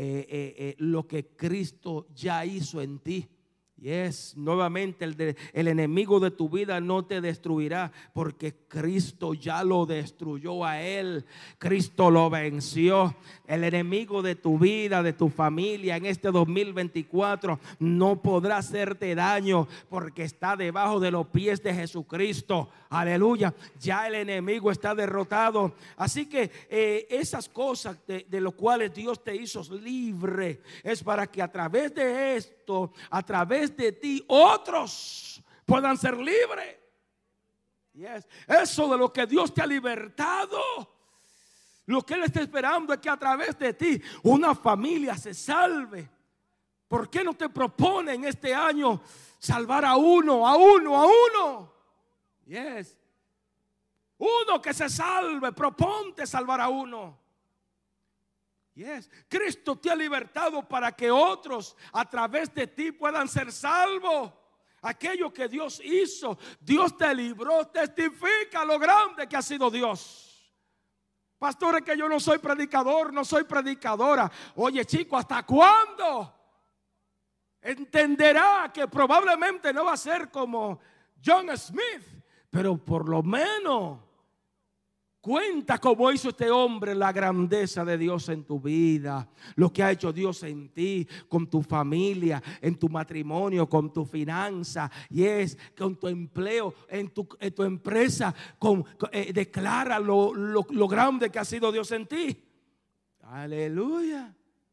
lo que Cristo ya hizo en ti. Yes, nuevamente el enemigo de tu vida no te destruirá, porque Cristo ya lo destruyó a él. Cristo lo venció. El enemigo de tu vida, de tu familia en este 2024 no podrá hacerte daño, porque está debajo de los pies de Jesucristo. Aleluya. Ya el enemigo está derrotado. Así que esas cosas de lo cuales Dios te hizo libre es para que a través de esto, a través de ti, otros puedan ser libres. Yes. Eso de lo que Dios te ha libertado, lo que Él está esperando es que a través de ti una familia se salve. ¿Por qué no te propone en este año salvar a uno, a uno, a uno? Yes. Uno que se salve, proponte salvar a uno. Yes. Cristo te ha libertado para que otros a través de ti puedan ser salvos. Aquello que Dios hizo, Dios te libró, testifica lo grande que ha sido Dios. Pastores, que yo no soy predicador, no soy predicadora. Oye, chico, ¿hasta cuándo? Entenderá que probablemente no va a ser como John Smith, pero por lo menos cuenta cómo hizo este hombre la grandeza de Dios en tu vida, lo que ha hecho Dios en ti, con tu familia, en tu matrimonio, con tu finanza, con tu empleo, en tu empresa. Declara lo grande que ha sido Dios en ti. Aleluya.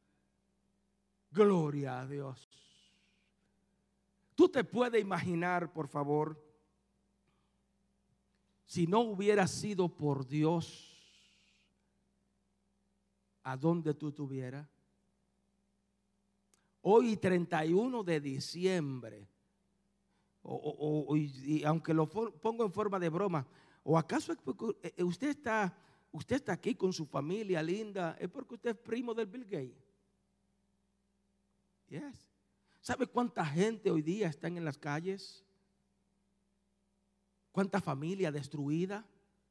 Gloria a Dios. Tú te puedes imaginar, por favor, si no hubiera sido por Dios, ¿a dónde tú estuvieras? Hoy 31 de diciembre, y aunque lo pongo en forma de broma, ¿o acaso usted está aquí con su familia linda? ¿Es porque usted es primo del Bill Gates? Yes. ¿Sabe cuánta gente hoy día están en las calles? ¿Cuánta familia destruida?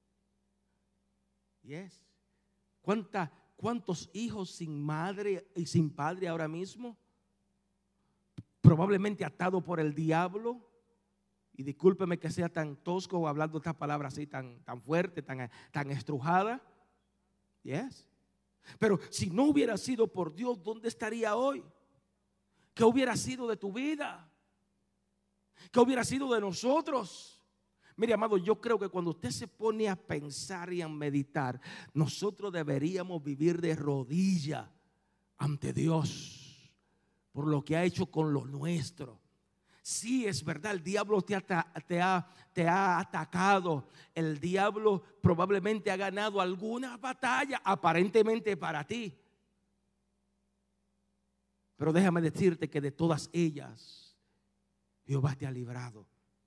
Yes. ¿Cuántos hijos sin madre y sin padre ahora mismo? Probablemente atados por el diablo. Y discúlpeme que sea tan tosco hablando estas palabras así tan fuerte, tan estrujada. Yes. Pero si no hubiera sido por Dios, ¿dónde estaría hoy? ¿Qué hubiera sido de tu vida? ¿Qué hubiera sido de nosotros? Mire, amado, yo creo que cuando usted se pone a pensar y a meditar, nosotros deberíamos vivir de rodillas ante Dios por lo que ha hecho con lo nuestro. Sí, es verdad, el diablo te ha atacado. El diablo probablemente ha ganado alguna batalla aparentemente para ti. Pero déjame decirte que de todas ellas Jehová te ha librado.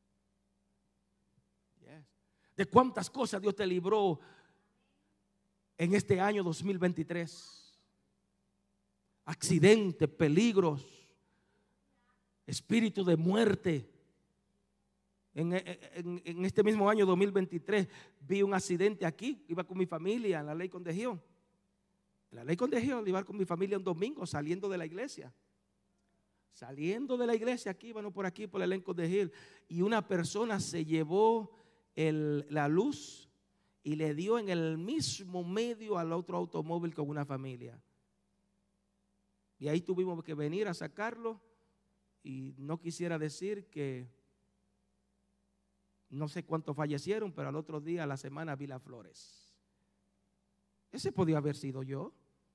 ¿De cuántas cosas Dios te libró en este año 2023? Accidentes, peligros, espíritu de muerte. En este mismo año 2023 vi un accidente aquí. Iba con mi familia en la Ley Condejión. En la Ley Condejión iba con mi familia un domingo saliendo de la iglesia. Saliendo de la iglesia aquí, bueno, por aquí, por el elenco de Gil. Y una persona se llevó la luz y le dio en el mismo medio al otro automóvil con una familia. Y ahí tuvimos que venir a sacarlo. Y no quisiera decir que no sé cuántos fallecieron, pero al otro día, a la semana, vi las flores. Ese podía haber sido yo.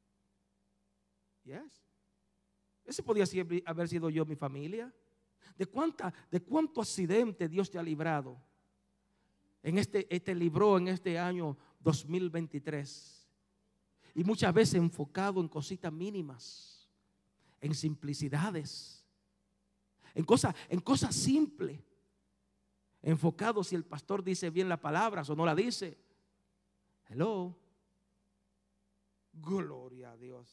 Yes. Ese podía haber sido yo, mi familia. ¿De cuánto accidente Dios te ha librado? Te libró en este año 2023. Y muchas veces enfocado en cositas mínimas, en simplicidades, en cosas simples. Enfocado si el pastor dice bien las palabras o no la dice. Hello. Gloria a Dios.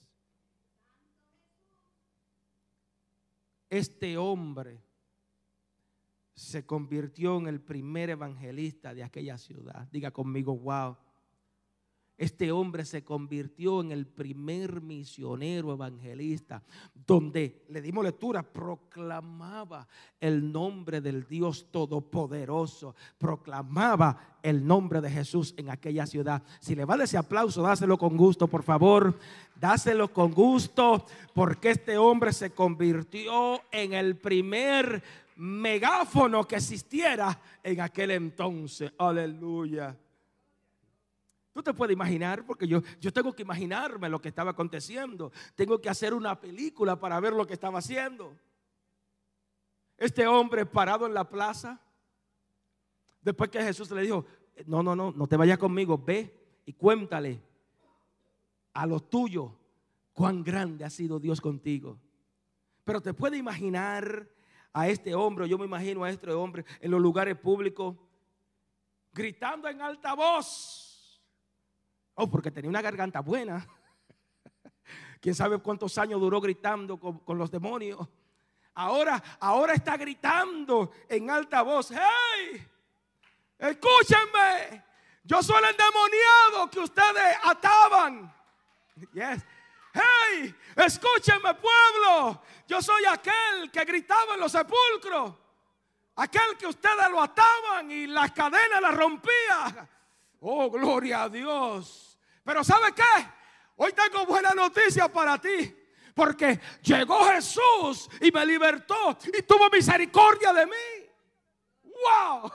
Este hombre se convirtió en el primer evangelista de aquella ciudad. Diga conmigo, wow. Este hombre se convirtió en el primer misionero evangelista, donde, le dimos lectura, proclamaba el nombre del Dios Todopoderoso, proclamaba el nombre de Jesús en aquella ciudad. Si le va a dar ese aplauso, dáselo con gusto, por favor, dáselo con gusto, porque este hombre se convirtió en el primer megáfono que existiera en aquel entonces. Aleluya. Tú te puedes imaginar, porque yo tengo que imaginarme lo que estaba aconteciendo. Tengo que hacer una película para ver lo que estaba haciendo. Este hombre parado en la plaza, después que Jesús le dijo, no te vayas conmigo, ve y cuéntale a los tuyos cuán grande ha sido Dios contigo. Pero te puedes imaginar a este hombre, yo me imagino a este hombre en los lugares públicos, gritando en alta voz. Porque tenía una garganta buena. quién sabe cuántos años duró gritando con los demonios. Ahora está gritando en alta voz: hey, escúchenme, yo soy el endemoniado que ustedes ataban. Yes. Hey, escúchenme, pueblo, yo soy aquel que gritaba en los sepulcros, aquel que ustedes lo ataban y las cadenas las rompía. Oh, gloria a Dios. Pero ¿sabe qué? Hoy tengo buena noticia para ti, porque llegó Jesús y me libertó y tuvo misericordia de mí. ¡Wow!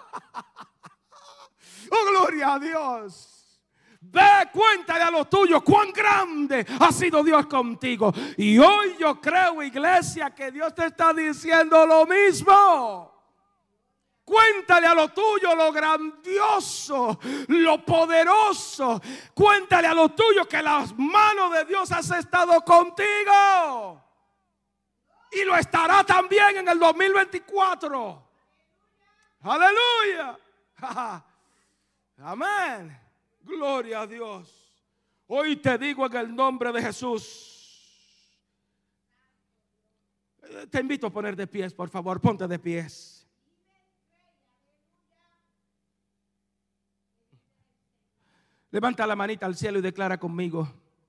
¡Oh, gloria a Dios! Ve, cuéntale a los tuyos cuán grande ha sido Dios contigo. Y hoy yo creo, iglesia, que Dios te está diciendo lo mismo. Cuéntale a lo tuyo lo grandioso, lo poderoso. Cuéntale a lo tuyo que las manos de Dios han estado contigo. Y lo estará también en el 2024. Aleluya. Amén. Gloria a Dios. Hoy te digo en el nombre de Jesús. Te invito a poner de pies, por favor, ponte de pies. Levanta la manita al cielo y declara conmigo: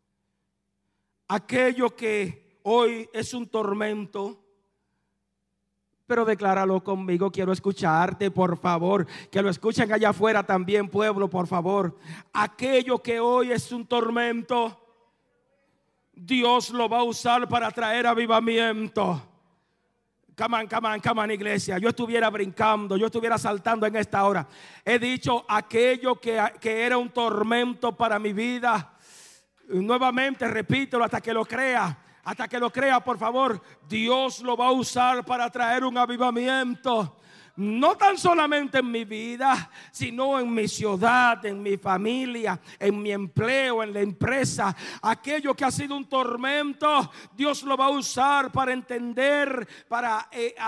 aquello que hoy es un tormento, pero decláralo conmigo. Quiero escucharte, por favor. Que lo escuchen allá afuera también, pueblo, por favor. Aquello que hoy es un tormento, Dios lo va a usar para traer avivamiento. Come on, iglesia. Yo estuviera brincando, yo estuviera saltando en esta hora. He dicho aquello que era un tormento para mi vida. Nuevamente repítelo hasta que lo crea. Hasta que lo crea, por favor. Dios lo va a usar para traer un avivamiento. No tan solamente en mi vida, sino en mi ciudad, en mi familia, en mi empleo, en la empresa. Aquello que ha sido un tormento, Dios lo va a usar para entender, para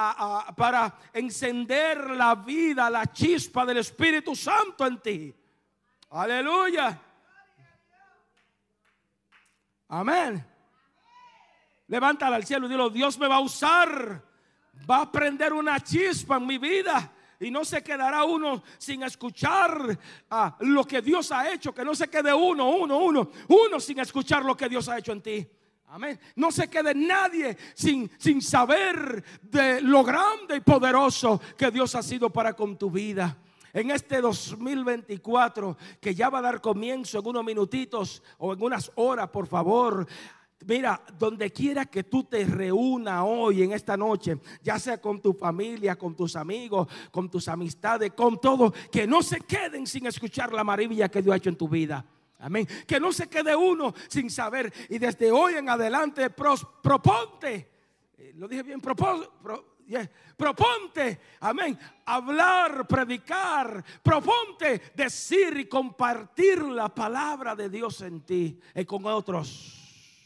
encender la vida, la chispa del Espíritu Santo en ti. Aleluya. Amén. Levántala al cielo y dilo: Dios me va a usar. Va a prender una chispa en mi vida. Y no se quedará uno sin escuchar lo que Dios ha hecho. Que no se quede uno sin escuchar lo que Dios ha hecho en ti. Amén. No se quede nadie sin saber de lo grande y poderoso que Dios ha sido para con tu vida. En este 2024 que ya va a dar comienzo en unos minutitos o en unas horas, por favor. Mira, donde quiera que tú te reúnas hoy en esta noche, ya sea con tu familia, con tus amigos, con tus amistades, con todo, que no se queden sin escuchar la maravilla que Dios ha hecho en tu vida. Amén. Que no se quede uno sin saber. Y desde hoy en adelante proponte, lo dije bien, proponte, amén, hablar, predicar, proponte decir y compartir la palabra de Dios en ti y con otros.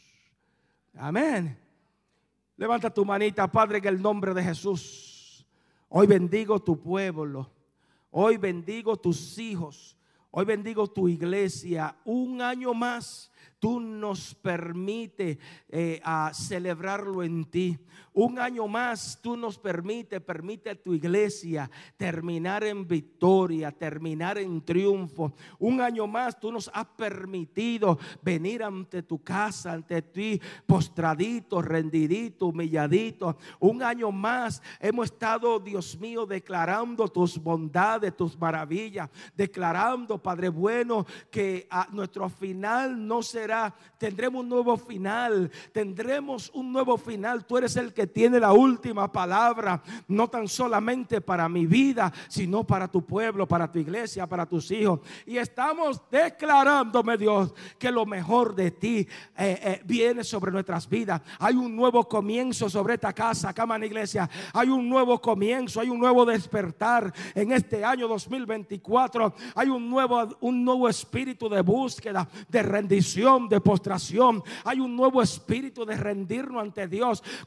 Amén. Levanta tu manita, Padre, en el nombre de Jesús. Hoy bendigo tu pueblo. Hoy bendigo tus hijos. Hoy bendigo tu iglesia. Un año más tú nos permites celebrarlo en ti. Un año más tú nos permite a tu iglesia terminar en victoria, terminar en triunfo. Un año más tú nos has permitido venir ante tu casa, ante ti, postradito, rendidito, humilladito. Un año más hemos estado, Dios mío, declarando tus bondades, tus maravillas, declarando, Padre bueno, que a nuestro final no será, tendremos un nuevo final, tendremos un nuevo final. Tú eres el que tiene la última palabra, no tan solamente para mi vida, sino para tu pueblo, para tu iglesia, para tus hijos. Y estamos declarándome, Dios, que lo mejor de ti viene sobre nuestras vidas. Hay un nuevo comienzo sobre esta casa, cámara iglesia. Hay un nuevo comienzo, hay un nuevo despertar en este año 2024. Hay un nuevo espíritu de búsqueda, de rendición, de postración. Hay un nuevo espíritu de rendirnos ante Dios. Cosas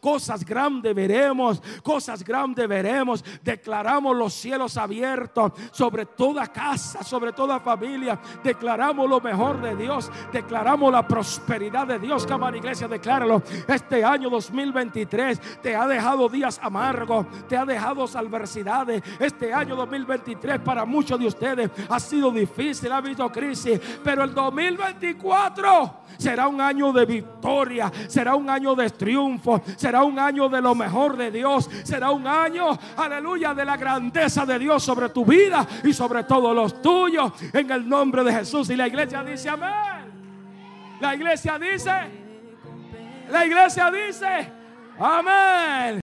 cosas grandes veremos, cosas grandes veremos. Declaramos los cielos abiertos sobre toda casa, sobre toda familia. Declaramos lo mejor de Dios, declaramos la prosperidad de Dios. Cámara, iglesia, decláralo. Este año 2023 te ha dejado días amargos, te ha dejado adversidades. Este año 2023 para muchos de ustedes ha sido difícil, ha habido crisis, pero el 2024 será un año de victoria, será un año de triunfo, será un año de lo mejor de Dios, será un año, aleluya, de la grandeza de Dios sobre tu vida y sobre todos los tuyos, en el nombre de Jesús. Y la iglesia dice amén. La iglesia dice amén.